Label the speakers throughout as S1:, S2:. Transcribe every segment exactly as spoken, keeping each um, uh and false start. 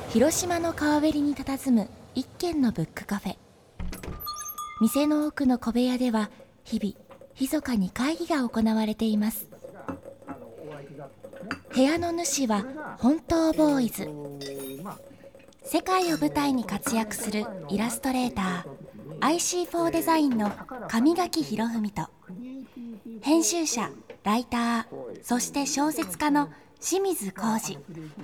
S1: 広島の川べりに佇む一軒のブックカフェ。店の奥の小部屋では日々密かに会議が行われています。部屋の主は本当ボーイズ。世界を舞台に活躍するイラストレーター アイシーフォー デザインの上垣博文と、編集者、ライター、そして小説家の清水浩二。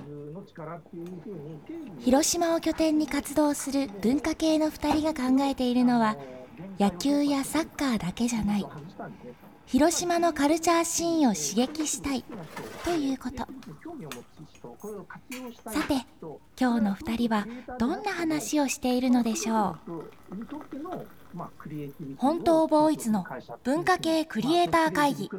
S1: 広島を拠点に活動する文化系のふたりが考えているのは、野球やサッカーだけじゃない、広島のカルチャーシーンを刺激したいということ。さて、今日のふたりはどんな話をしているのでしょう。本当ボーイズの文化系クリエイター会議。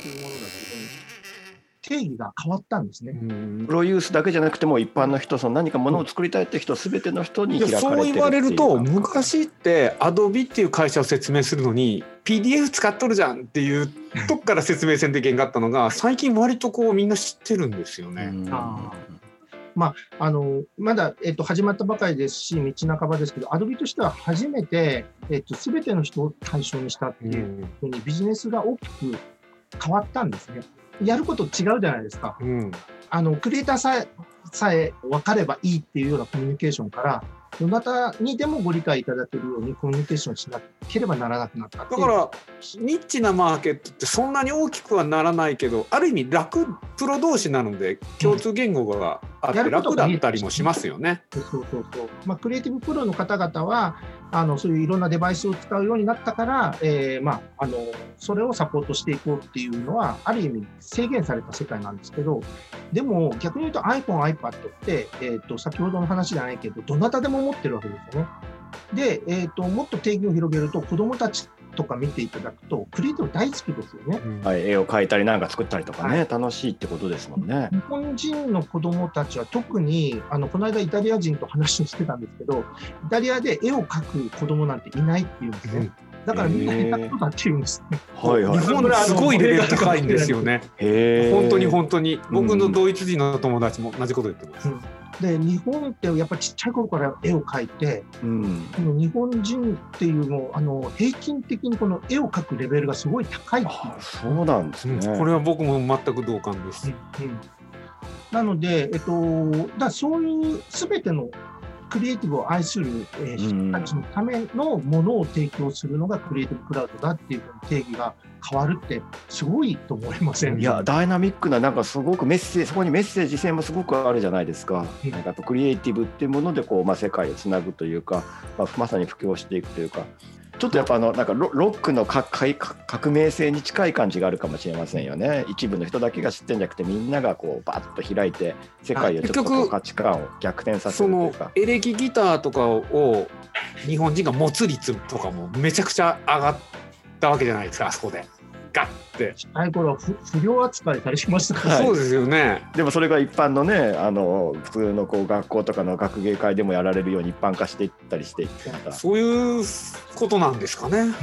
S2: 定義が変わったんですね。
S3: プロユースだけじゃなくても一般の人、その何かものを作りたいって人全ての人に開かれてるっていう。
S4: そう言われると、昔ってアドビっていう会社を説明するのに ピーディーエフ 使っとるじゃんっていうとこから説明せんといけんかったのが最近割とこうみんな知ってるんですよね。
S2: あまあ、あのまだ、えっと、始まったばかりですし道半ばですけど、アドビとしては初めて、えっと、全ての人を対象にしたっていうふうにビジネスが大きく変わったんですね。やること違うじゃないですか。うん、あのクリエイターさえ、さえ分かればいいっていうようなコミュニケーションから、どなたにでもご理解いただけるようにコミュニケーションしなければならなくなった。だ
S4: からニッチなマーケットってそんなに大きくはならないけど、ある意味楽、プロ同士なので共通言語があって楽だったりもしますよね。
S2: そうそうそう、まあ、クリエイティブプロの方々はあのそういういろんなデバイスを使うようになったから、えーまあ、あのそれをサポートしていこうっていうのはある意味制限された世界なんですけど、でも逆に言うと iPhone、iPad って、えー、と先ほどの話じゃないけどどなたでも持ってるわけですよね。で、えー、ともっと定義を広げると子どもたちとか見ていただくとクリエイティブ大好きですよね。
S3: うんはい、絵を描いたりなんか作ったりとかね、はい、楽しいってことですもんね。
S2: 日本人の子どもたちは特にあのこの間イタリア人と話をしてたんですけど、イタリアで絵を描く子どもなんていないっていうんですね。うんだからみんな下手くそだっていうんですね。
S3: はいはい、
S4: 日本すごいレベル高いんですよね。本当に本当に僕のドイツ人の友達も同じこと言ってます。うん
S2: で日本ってやっぱりちっちゃい頃から絵を描いて、うん、この日本人っていうのあの平均的にこの絵を描くレベルがすごい高いっていう。
S3: ああそうなんですね、
S4: うん、これは僕も全く同感です。うんうん、
S2: なので、えっと、だそういう全てのクリエイティブを愛する、えー、人たちのためのものを提供するのがクリエイティブクラウドだっていう定義が変わるってすごいと思いません？
S3: いやダイナミックな、なんかすごくメッセージ、そこにメッセージ性もすごくあるじゃないですか。うん、なんかやっぱクリエイティブっていうものでこう、まあ、世界をつなぐというか、まあ、まさに普及していくというか、ちょっとやっぱあのなんか ロ, ロックの革命性に近い感じがあるかもしれませんよね。一部の人だけが知ってるんじゃなくて、みんながこうバッと開いて世界をちょっとこう価値観を逆転させるというか、
S4: そのエレキギターとかを日本人が持つ率とかもめちゃくちゃ上がったわけじゃないですか。あそこでガッて
S2: あれこれ不良扱いされてましたから、
S4: はい、そうですよね。
S3: でもそれが一般のね、あの普通のこう学校とかの学芸会でもやられるように一般化していったりしていった。
S4: そういうことなんですかね。うん、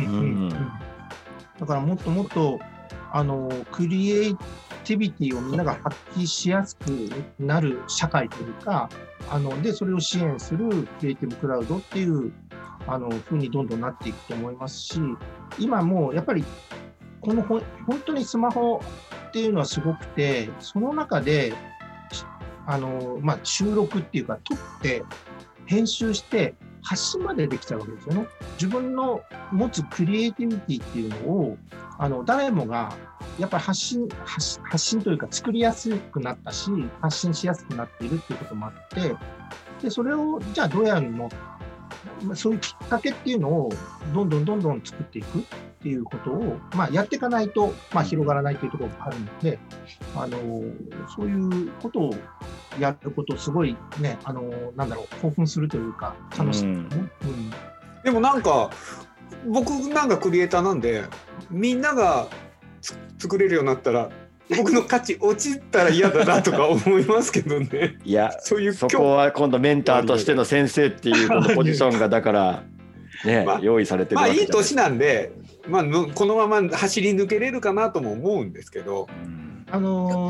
S2: だからもっともっとあのクリエイティビティをみんなが発揮しやすくなる社会というか、あのでそれを支援するクリエイティブクラウドっていうあの風にどんどんなっていくと思いますし、今もうやっぱりこのほ本当にスマホっていうのはすごくて、その中であの、まあ、収録っていうか撮って編集して発信までできちゃうわけですよね。自分の持つクリエイティビティっていうのをあの誰もがやっぱり発信、発、発信というか作りやすくなったし、発信しやすくなっているっていうこともあって、でそれをじゃあどうやるの、そういうきっかけっていうのをどんどんどんどん作っていくっていうことを、まあ、やっていかないと、まあ、広がらないというところがあるので、あのそういうことをやることすごいね、あのなんだろう、興奮するというか楽しい、ね。うんうん、
S4: でもなんか僕なんかクリエイターなんで、みんなが作れるようになったら僕の価値落ちたら嫌だなとか思いますけどね。
S3: いや、そういうそこは今度メンターとしての先生っていうこのポジションがだからね、まあ、用意されてるわけじゃない。
S4: まあいい年なんで、まあ、このまま走り抜けれるかなとも思うんですけど、
S2: あの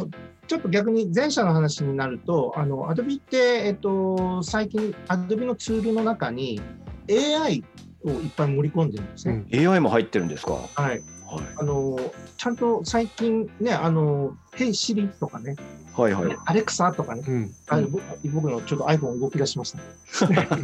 S2: ちょっと逆に前者の話になると、あの Adobe って、えっと、最近 Adobe のツールの中に エーアイ をいっぱい盛り込んでるんですね。うん、
S3: エーアイ も入ってるんですか？はい。
S2: はい、あのちゃんと最近ね、あの Hey Siri とかね、はいはい、Alexa とかね、うん、あの僕のちょっと iPhone 動き出しました、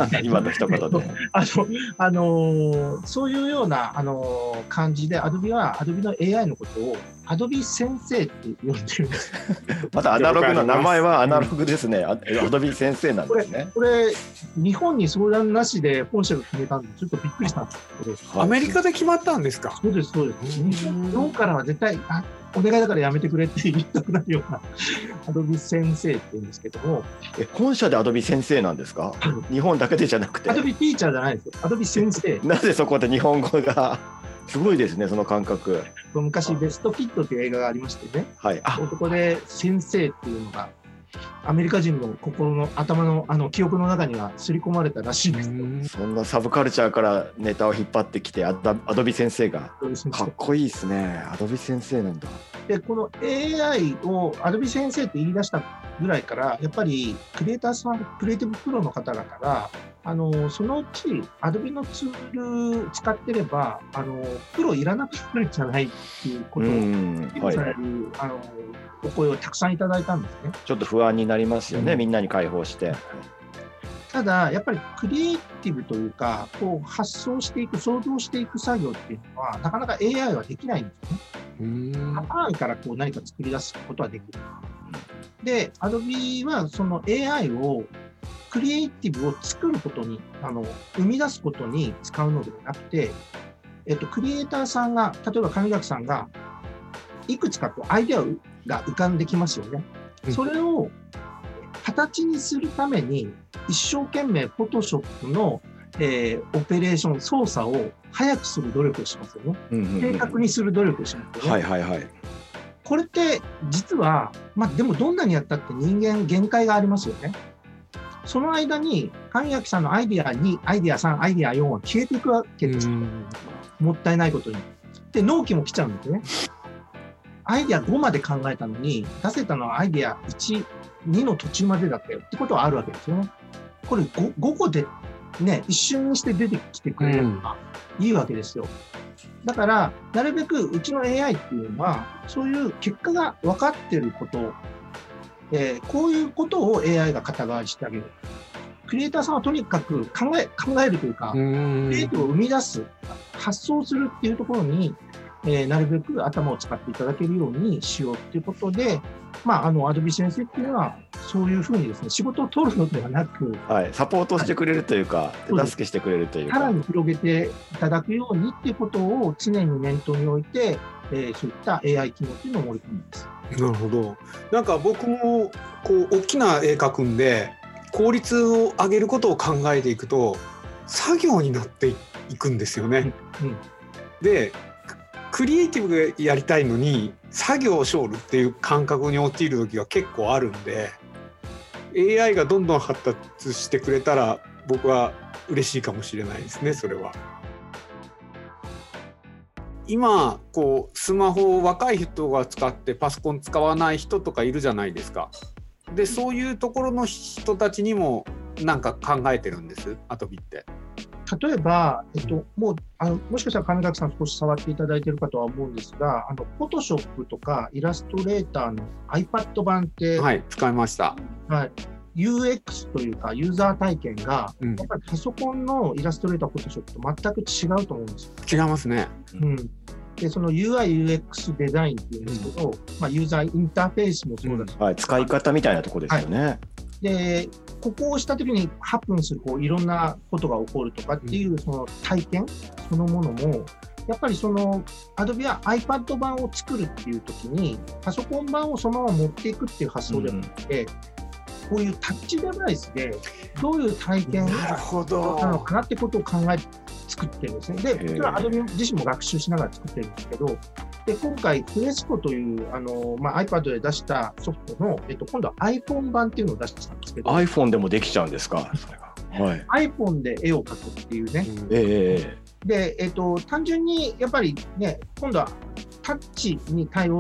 S2: ね、
S3: 今の一言で
S2: あの、あのそういうような、あの感じで Adobe は Adobe の エーアイ のことを Adobe 先生って呼んでるんです
S3: またアナログの名前はアナログですね、うん、Adobe 先生なんですね。
S2: これ、これ日本に相談なしで本社が決めたんでちょっとびっくりしたんですけど、
S4: アメリカで決まったんですか？
S2: そうですそうです。日本からは絶対あお願いだからやめてくれって言いたくなるようなAdobe 先生って言うんですけども、
S3: え本社でAdobe先生なんですか？日本だけでじゃなくて。
S2: Adobe ティーチャーじゃないですよ。Adobe 先生。
S3: なぜそこで日本語がすごいですね、その感覚。
S2: 昔ベストキッドっていう映画がありましてね、はい、あそこで先生っていうのがアメリカ人の心の頭のあの記憶の中には刷り込まれたらしいんですよ。
S3: そんなサブカルチャーからネタを引っ張ってきてアドビ先生がかっこいいですね。アドビ先生なんだ。
S2: でこの エーアイ をアドビ先生って言い出したぐらいからやっぱりクリエイターさんクリエイティブプロの方々があのそのうちアドビのツール使ってればあのプロいらなくなるんじゃないっていうことを言われる、はい、あのお声をたくさんいただいたんですね。
S3: ちょっと不安になりますよね、うん、みんなに開放して。
S2: ただやっぱりクリエイティブというかこう発想していく想像していく作業っていうのはなかなか エーアイ はできないんですよね。パターンからこう何か作り出すことはできる。で Adobe はその エーアイ をクリエイティブを作ることにあの生み出すことに使うのではなくて、えっと、クリエイターさんが例えば上垣さんがいくつかこうアイデアが浮かんできますよね。それを形にするために一生懸命 Photoshop の、えー、オペレーション操作を早くする努力をしますよね。うんうんうん、正確にする努力をしますよね。はいはいはい。これって実は、まあ、でもどんなにやったって人間限界がありますよね。その間に上垣さんのアイディアにアイディアさんアイディアよんは消えていくわけです。もったいないことに。で納期も来ちゃうんですね。アイディアごまで考えたのに出せたのはアイディアいち、にの途中までだったよってことはあるわけですよね。これ 5, ごこでね一瞬にして出てきてくれればいいわけですよ。だからなるべくうちの エーアイ っていうのはそういう結果が分かっていること、えー、こういうことを エーアイ が肩代わりしてあげる。クリエイターさんはとにかく考え、考えるというか、クリエイティブを生み出す、発想するっていうところに、えー、なるべく頭を使っていただけるようにしようということで、まあ、あの、Adobe先生っていうのは、そういうふうにですね、仕事を取るのではなく、
S3: はい、サポートしてくれるというか、手助けしてくれるというか。
S2: さらに広げていただくようにっていうことを常に念頭に置いて、えー、そういった エーアイ 機能っていうのを盛り込んでます。
S4: なるほど。なんか僕も、こう、大きな絵描くんで、効率を上げることを考えていくと作業になっていくんですよね。うんうん、でクリエイティブがやりたいのに作業を勝負っていう感覚に陥る時が結構あるんで エーアイ がどんどん発達してくれたら僕は嬉しいかもしれないですね。それは今こうスマホを若い人が使ってパソコン使わない人とかいるじゃないですか。でそういうところの人たちにも何か考えてるんです、Adobeって。
S2: 例えば、えっと、もうあのもしかしたら上垣さん少し触っていただいているかとは思うんですが、あの Photoshop とかイラストレーターの iPad 版って、
S4: はい、使いました。
S2: はい、ユーエックス というかユーザー体験が、うん、やっぱりパソコンのイラストレーター Photoshop と全く違うと思うんですよ。
S4: 違いますね。
S2: うん、でその ユーアイユーエックス デザインっていうんですけど、うんまあ、ユーザーインターフェースもそうだし、
S3: うんはい、使い方みたいなところですよね。はい、
S2: でここを押したときにハプンするこういろんなことが起こるとかっていうその体験そのものもやっぱりその Adobe は iPad 版を作るっていうときにパソコン版をそのまま持っていくっていう発想ではなくて、うん、こういうタッチデバイスでどういう体験なのかなってことを考えて作ってるんですね。で、それは Adobe 自身も学習しながら作ってるんですけど、で今回フレスコというあの、まあ、iPad で出したソフトの、えっと、今度は iPhone 版っていうのを出したんですけど
S3: iPhone でもできちゃうんですかそれが、
S2: はい、iPhone で絵を描くっていうね、うん
S3: えー、
S2: で、えっと、単純にやっぱりね今度はタッチに対応し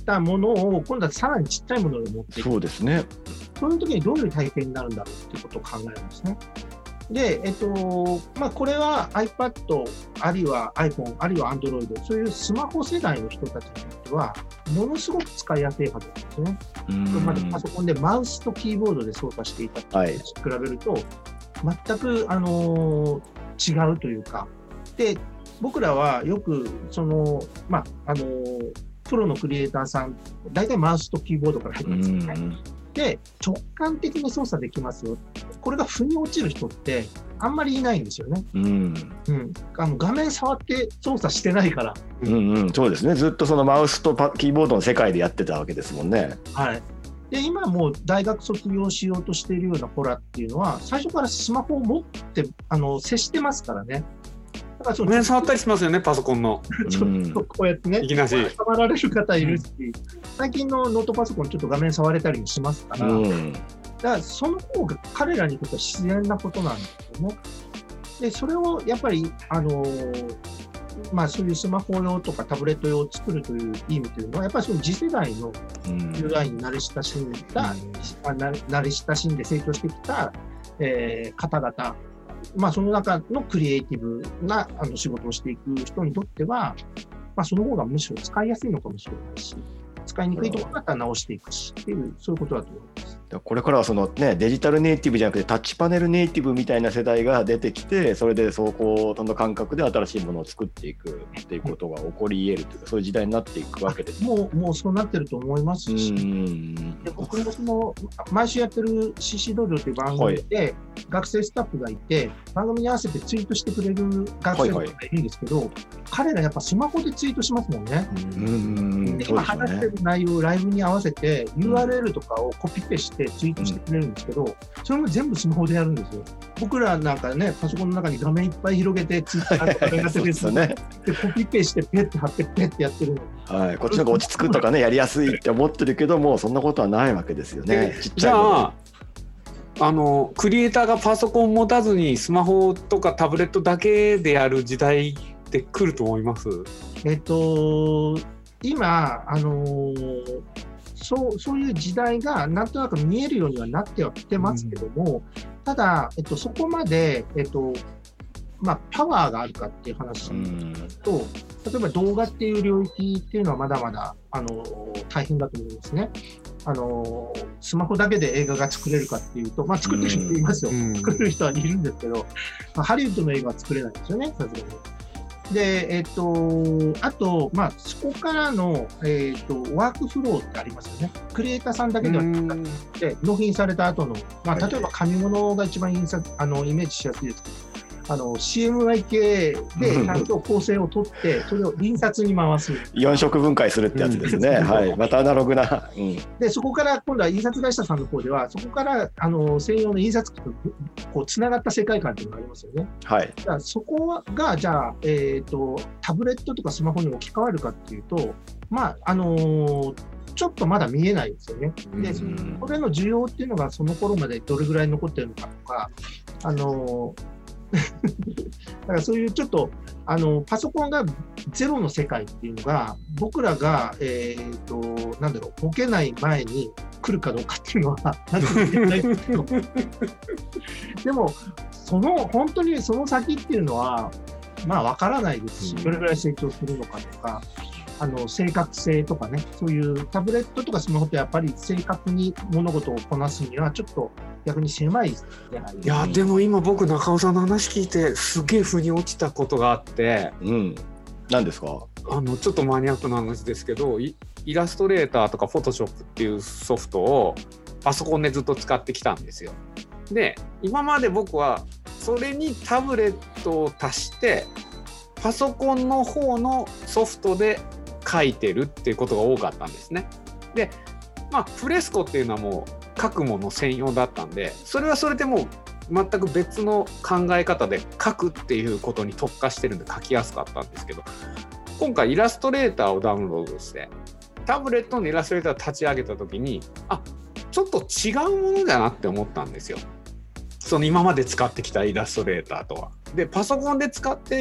S2: たものを今度はさらにちっちゃいもので持っていく。
S3: そうですね。
S2: そういう時にどういう体験になるんだろうっていうことを考えるんですね。で、えっとまあ、これは iPad、あるいは iPhone、あるいは Android、そういうスマホ世代の人たちにとっては、ものすごく使いやすいはずなんですね。これまでパソコンでマウスとキーボードで操作していたと比べると、全く、あのー、違うというか、で僕らはよくその、まああのー、プロのクリエイターさん、大体マウスとキーボードから入ってますよね。で、直感的に操作できますよ。これが腑に落ちる人ってあんまりいないんですよね。うん。うん、あの画面触って操作してないから。
S3: うんうん、そうですね。ずっとそのマウスとパキーボードの世界でやってたわけですもんね。
S2: はい。で、今もう大学卒業しようとしているような子らっていうのは、最初からスマホを持ってあの接してますからね。
S4: だからちょっと触ったりしますよね、パソコンの。
S2: ちょっとこうやってね、
S4: いきなし
S2: 触られる方いるし、うん、最近のノートパソコンちょっと画面触れたりもしますから、うん、だからその方が彼らにとっては自然なことなんですよね。で、それをやっぱり、あのーまあ、そういうスマホ用とかタブレット用を作るという意味というのは、やっぱりその次世代の ユーアイ に慣れ親しんだ、うん、慣れ親しんで成長してきた、えー、方々、まあ、その中のクリエイティブなあの仕事をしていく人にとっては、まあ、その方がむしろ使いやすいのかもしれないし、使いにくいところだったら直していくしっていう、そういうことだと思います。
S3: これからはその、ね、デジタルネイティブじゃなくてタッチパネルネイティブみたいな世代が出てきて、それでそうこうの感覚で新しいものを作っていくっていうことが起こり得るというか、そういう時代になっていくわけです。
S2: もう、もうそうなってると思いますし、で僕もその毎週やってる シーシー 道場という番組で学生スタッフがいて、番組に合わせてツイートしてくれる学生がいるんですけど、はいはい、彼らやっぱスマホでツイートしますもんね。うんで今話してる内容をライブに合わせて ユーアールエル とかをコピペしてツイートしてくれるんですけど、うん、それも全部スマホでやるんですよ。僕らなんかね、パソコンの中に画面いっぱい広げてツイッターとかやってですね、でコピペしてペッて貼ってペッてやってるの。
S3: はい、こっちの方が落ち着くとかねやりやすいって思ってるけども、そんなことはないわけですよね。ちっちゃいもの。じゃあ、
S4: あのクリエイターがパソコン持たずにスマホとかタブレットだけでやる時代って来ると思います？
S2: えっと今あのー、そうそういう時代がなんとなく見えるようにはなってはきてますけども、うん、ただ、えっと、そこまで、えっとまあ、パワーがあるかっていう話と、うん、例えば動画っていう領域っていうのはまだまだあの大変だと思いますね。あのスマホだけで映画が作れるかっていうと、まあ、作ってる人いますよ、うん、作れる人はいるんですけど、まあ、ハリウッドの映画は作れないんですよね、さすがに。で、えっと、あと、まあ、そこからの、えっと、ワークフローってありますよね。クリエイターさんだけではなくて、納品された後の、まあ、例えば紙物が一番印刷あのイメージしやすいですけど、あの シーエムワイ 系でちゃんと構成を取ってそれを印刷に回す
S3: よん色分解するってやつですね、うん、はい、またアナログな、
S2: うん、でそこから今度は印刷会社さんの方ではそこからあの専用の印刷機とこうつながった世界観っていうのがありますよね。
S3: はい、
S2: だからそこがじゃあ、えーと、タブレットとかスマホに置き換わるかっていうと、まああのーちょっとまだ見えないですよね。で、これの需要っていうのがその頃までどれぐらい残ってるのかとか、あのーだからそういうちょっとあのパソコンがゼロの世界っていうのが僕らが、えー、となんだろうボケない前に来るかどうかっていうのはなんとも言えないですけどでもその本当にその先っていうのはまあ分からないですし、どれぐらい成長するのかとか、あの正確性とかね、そういうタブレットとかスマホってやっぱり正確に物事をこなすにはちょっと逆に狭いじゃないですか。
S4: いやでも今僕中尾さんの話聞いてすげえ腑に落ちたことがあって、
S3: うん、何ですか？
S4: あのちょっとマニアックな話ですけど、イラストレーターとかフォトショップっていうソフトをパソコンでずっと使ってきたんですよ。で今まで僕はそれにタブレットを足してパソコンの方のソフトで書いてるっていうことが多かったんですね。でまあフレスコっていうのはもう書くもの専用だったんで、それはそれでもう全く別の考え方で書くっていうことに特化してるんで書きやすかったんですけど、今回イラストレーターをダウンロードしてタブレットのイラストレーターを立ち上げた時に、あちょっと違うものだなって思ったんですよ。その今まで使ってきたイラストレーターとは。でパソコンで使って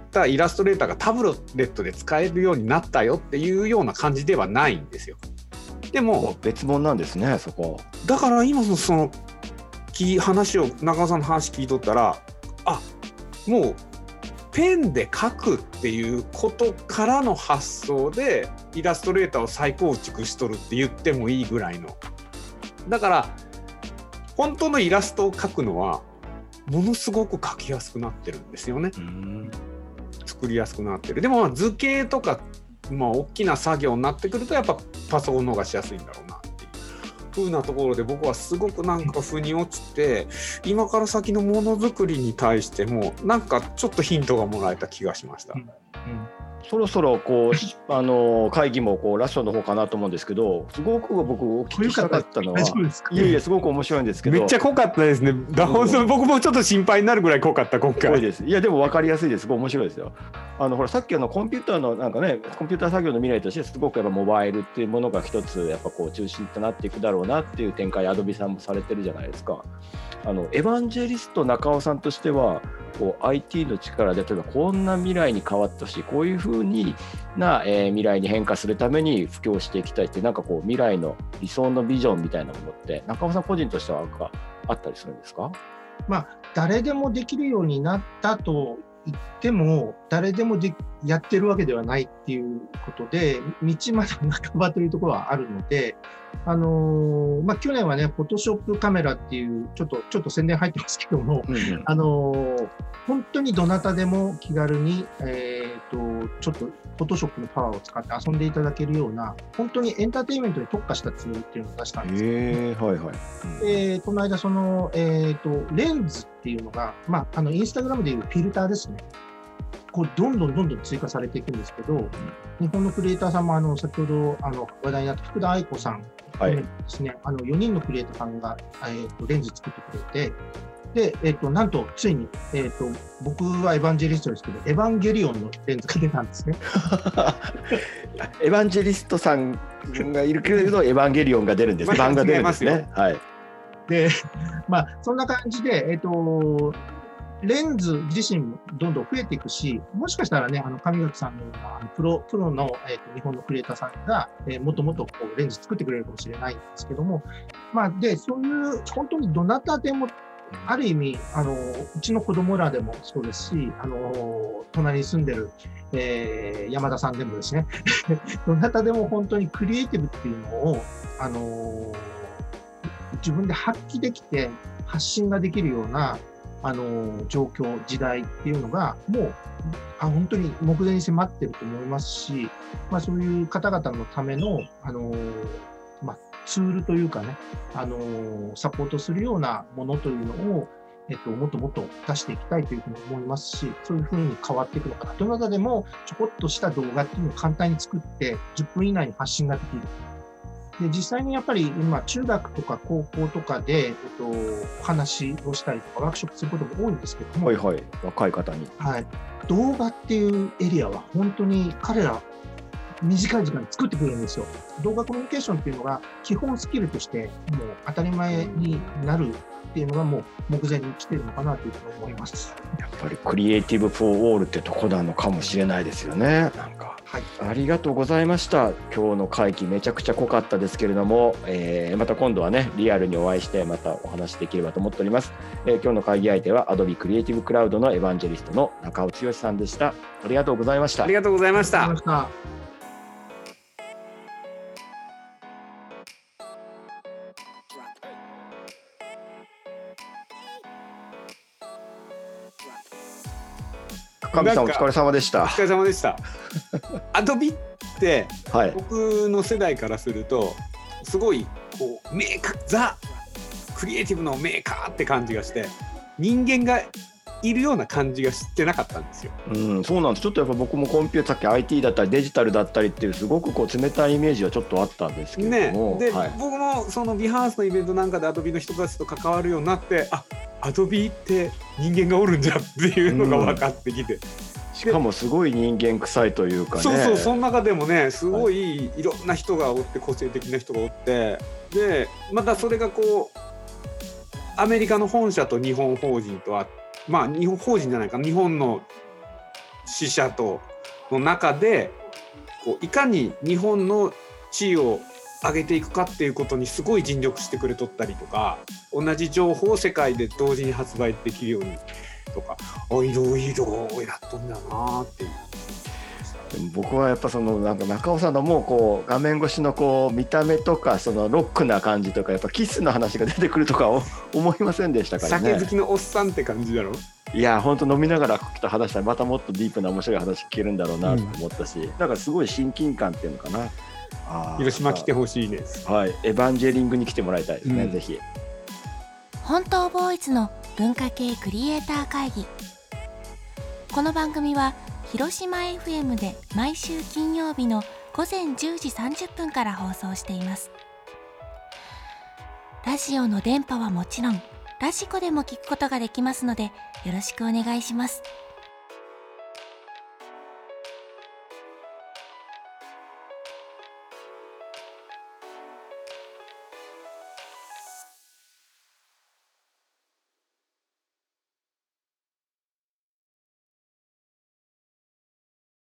S4: ったイラストレーターがタブレットで使えるようになったよっていうような感じではないんですよ。でも
S3: 別物なんですね、そこ。
S4: だから今のその話を中尾さんの話聞いとったら、あ、もうペンで描くっていうことからの発想でイラストレーターを再構築しとるって言ってもいいぐらいの。だから本当のイラストを描くのはものすごく描きやすくなってるんですよね。うん、作りやすくなってる。でもまあ図形とか、まあ、大きな作業になってくるとやっぱパソコンの方がしやすいんだろうなっていう風なところで、僕はすごくなんか腑に落ちて、今から先のものづくりに対してもなんかちょっとヒントがもらえた気がしました。うんうん、
S3: そろそろこうあの会議もこうラストの方かなと思うんですけど、すごく僕お聞きしたかったのは、いやいやすごく面白いんですけど、
S4: めっちゃ濃かったですね。だ僕もちょっと心配になるぐらい濃かった今回。
S3: 濃いです。いやでも分かりやすいです。すごい面白いですよ。あのほらさっきあのコンピューターのなんかね、コンピューター作業の未来としてすごくやっぱモバイルっていうものが一つやっぱこう中心となっていくだろうなっていう展開、アドビさんもされてるじゃないですか。あのエヴァンジェリスト中尾さんとしてはこう アイティー の力で例えばこんな未来に変わってほしい、こういう風にな、えー、未来に変化するために布教していきたいっていう、なんかこう未来の理想のビジョンみたいなものって中尾さん個人としてはあったりするんですか？
S2: まあ、誰でもできるようになったと言っても誰でもでやってるわけではないっていうことで、道まで半ばというところはあるので、あのーまあ、去年はね、フォトショップカメラっていうちょっとちょっと宣伝入ってますけども、うんうん、あのー、本当にどなたでも気軽に、えー、とちょっとフォトショップのパワーを使って遊んでいただけるような、本当にエンターテインメントに特化したツールっていうのを出したんですけど、
S3: えーはいはい、
S2: うん、でこの間その、えー、とレンズっていうのが、まあ、あのインスタグラムでいうフィルターですね。こうどんどんどんどん追加されていくんですけど、日本のクリエイターさんもあの先ほどあの話題になった福田愛子さんですね、はい、あのよにんのクリエイターさんが、えー、とレンズ作ってくれて、で、えー、となんとついに、えー、と僕はエヴァンジェリストですけど、エヴァンゲリオンのレンズが出たんですね。
S3: エヴァンジェリストさんがいるけれどエヴァンゲリオンが出るんです。版が出るんですね。はい。で、まあそんな感じで、えっ、ー、とレンズ自身もどんどん増えていくし、もしかしたらね、あの上垣さんのようなあのプロプロの、えー、と日本のクリエイターさんが、えー、もっともっとこうレンズ作ってくれるかもしれないんですけども、まあ、でそういう本当にどなたでもある意味あのうちの子供らでもそうですし、あの隣に住んでる、えー、山田さんでもですねどなたでも本当にクリエイティブっていうのをあの自分で発揮できて発信ができるようなあの状況、時代っていうのがもうあ本当に目前に迫ってると思いますし、まあ、そういう方々のための、あの、まあ、ツールというかね、あのサポートするようなものというのを、えっと、もっともっと出していきたいというふうに思いますし、そういうふうに変わっていくのかな。どなたでもちょこっとした動画っていうのを簡単に作ってじゅっぷん以内に発信ができる。で実際にやっぱり今中学とか高校とかで、えっと、お話をしたりとかワークショップすることも多いんですけども、 はいはい、若い方に、
S2: はい、動画っていうエリアは本当に彼ら短い時間に作ってくれるんですよ。動画コミュニケーションっていうのが基本スキルとしてもう当たり前になるっていうのがもう目前に来てるのかなというふうに思います。
S3: やっぱりクリエイティブフォーオールってとこなのかもしれないですよね。なんか、はい、ありがとうございました。今日の会期めちゃくちゃ濃かったですけれども、えー、また今度はねリアルにお会いしてまたお話できればと思っております。えー、今日の会議相手は Adobe Creative Cloud のエヴァンジェリストの中尾剛さんでした。ありがとうございました。
S4: ありがとうございました。
S3: 神さんお疲れ様でした。
S4: お疲れ様でした。アドビって僕の世代からするとすごいこうメーカー、ザ・クリエイティブのメーカーって感じがして、人間がいるような感じがしてなかったんですよ。
S3: うん、そうなんです。ちょっとやっぱ僕もコンピューター、さっき アイティー だったりデジタルだったりっていうすごくこう冷たいイメージはちょっとあったんですけども、
S4: ね、で、
S3: はい、
S4: 僕もそのビハースのイベントなんかでアドビの人たちと関わるようになって、あ、アドビって人間がおるんじゃっていうのが分かってきて、うん、
S3: しかもすごい人間臭いというかね。
S4: そうそう、その中でもねすごいいろんな人がおって、個性的な人がおって、でまたそれがこうアメリカの本社と日本法人とあって、まあ日本法人じゃないか、日本の支社との中でこういかに日本の地位を上げていくかっていうことにすごい尽力してくれとったりとか、同じ情報を世界で同時に発売できるようにとか、あ、いろいろやっとんだなっていう。
S3: 僕はやっぱそのなんか中尾さんのもうこう画面越しのこう見た目とかそのロックな感じとかやっぱキスの話が出てくるとかを思いませんでしたからね。
S4: 酒好きのおっさんって感じだろ。
S3: いや本当飲みながら来た話したらまたもっとディープな面白い話聞けるんだろうなと思ったし、うん、だからすごい親近感っていうのかな。
S4: あ、広島来てほしいです。
S3: はい、エヴァンジェリングに来てもらいたいですね、うん、ぜひ。
S1: 本当ボーイズの文化系クリエイター会議。この番組は広島 エフエム で毎週金曜日のごぜんじゅうじさんじゅっぷんから放送しています。ラジオの電波はもちろんラジコでも聞くことができますのでよろしくお願いします。